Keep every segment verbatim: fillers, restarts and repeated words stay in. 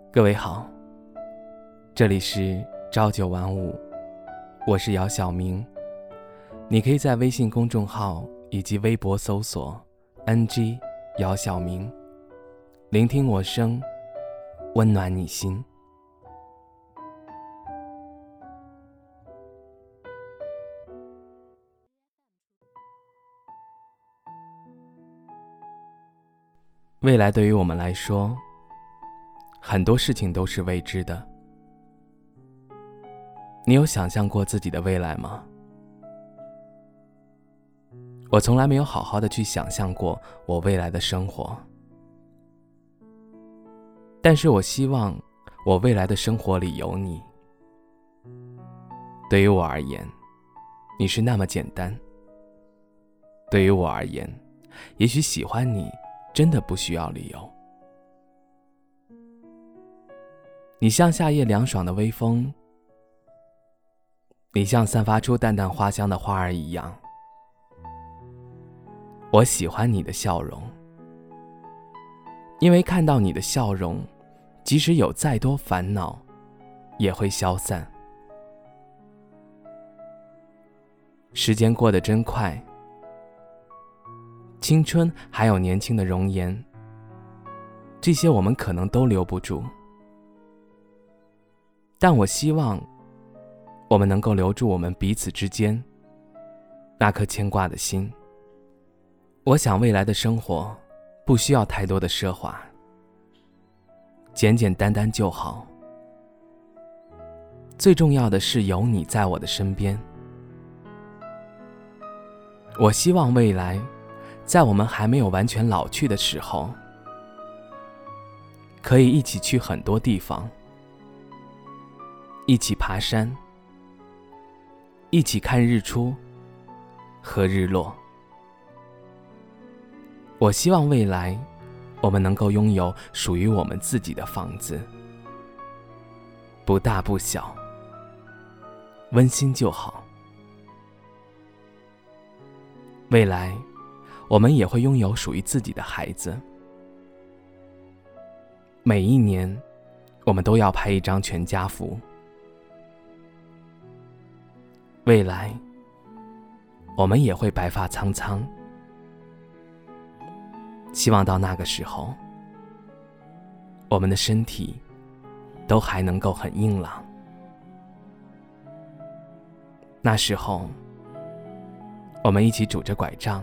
各位好，这里是朝九晚五，我是姚晓明。你可以在微信公众号以及微博搜索 N G 姚晓明，聆听我声，温暖你心。未来对于我们来说，很多事情都是未知的。你有想象过自己的未来吗？我从来没有好好的去想象过我未来的生活，但是我希望我未来的生活里有你。对于我而言，你是那么简单。对于我而言，也许喜欢你真的不需要理由。你像夏夜凉爽的微风，你像散发出淡淡花香的花儿一样。我喜欢你的笑容，因为看到你的笑容，即使有再多烦恼，也会消散。时间过得真快，青春还有年轻的容颜，这些我们可能都留不住。但我希望我们能够留住我们彼此之间那颗牵挂的心。我想未来的生活不需要太多的奢华，简简单单就好。最重要的是有你在我的身边。我希望未来在我们还没有完全老去的时候，可以一起去很多地方，一起爬山，一起看日出和日落。我希望未来我们能够拥有属于我们自己的房子，不大不小，温馨就好。未来我们也会拥有属于自己的孩子，每一年我们都要拍一张全家福。未来我们也会白发苍苍，希望到那个时候，我们的身体都还能够很硬朗。那时候我们一起拄着拐杖，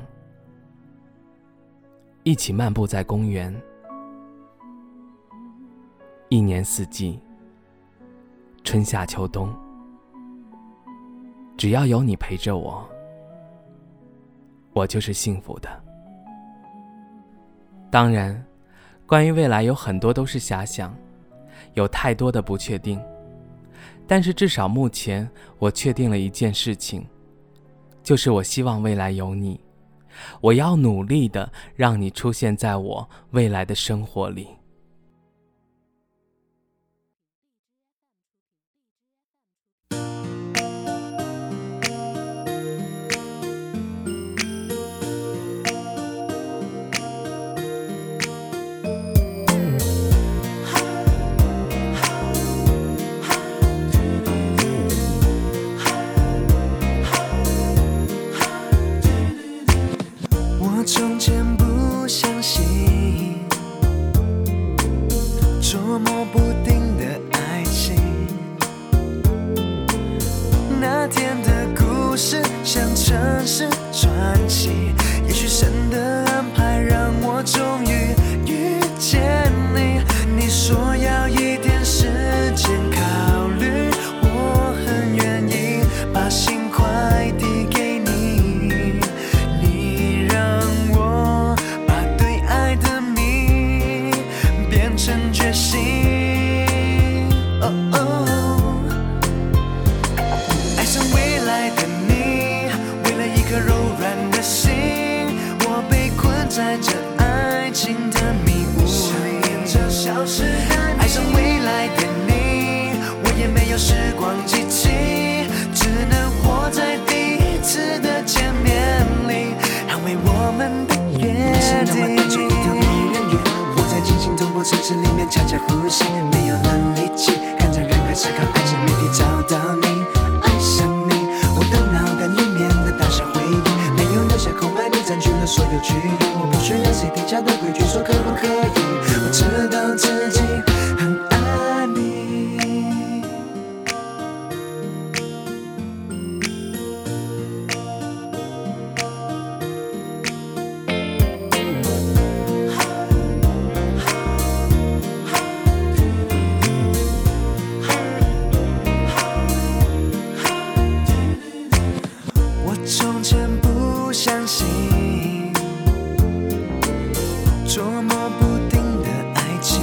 一起漫步在公园，一年四季，春夏秋冬，只要有你陪着我，我就是幸福的。当然，关于未来有很多都是遐想，有太多的不确定，但是至少目前我确定了一件事情，就是我希望未来有你，我要努力的让你出现在我未来的生活里。 从前不相信捉摸不定的爱情，那天的故事像城市传奇，也许神的安排让我终于遇见你。你说要一点时间考虑，我很愿意把心快递给你。决心、oh, oh 爱上未来的你，为了一颗柔软的心，我被困在这爱情的迷雾里。爱上未来的你，我也没有时光机器，只能活在第一次的见面里，捍卫我们的约定。城市里面恰恰呼吸，没有规矩说可不可以？我知道自己很爱你。我从前不相信捉摸不定的爱情，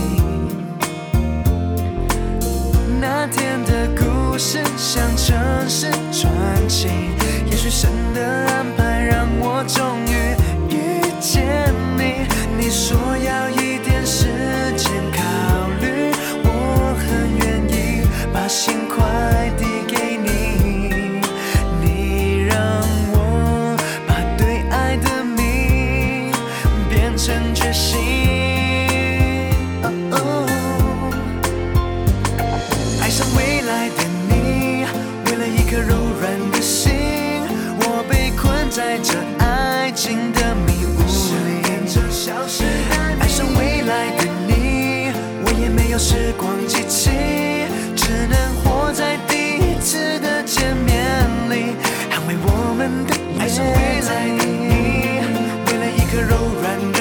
那天的故事像城市传奇，也许神的安排让我终于遇见你。你说要一点时间考虑，我很愿意把心快递给你，你让我把对爱的谜变成决心。哦哦，爱上未来的你，为了一颗柔软的心，我被困在这爱情的迷雾里。爱上未来的你，我也没有时光机器，只能活在第一次的见面里，捍卫我们的爱。爱上未来的你，为了一颗柔软的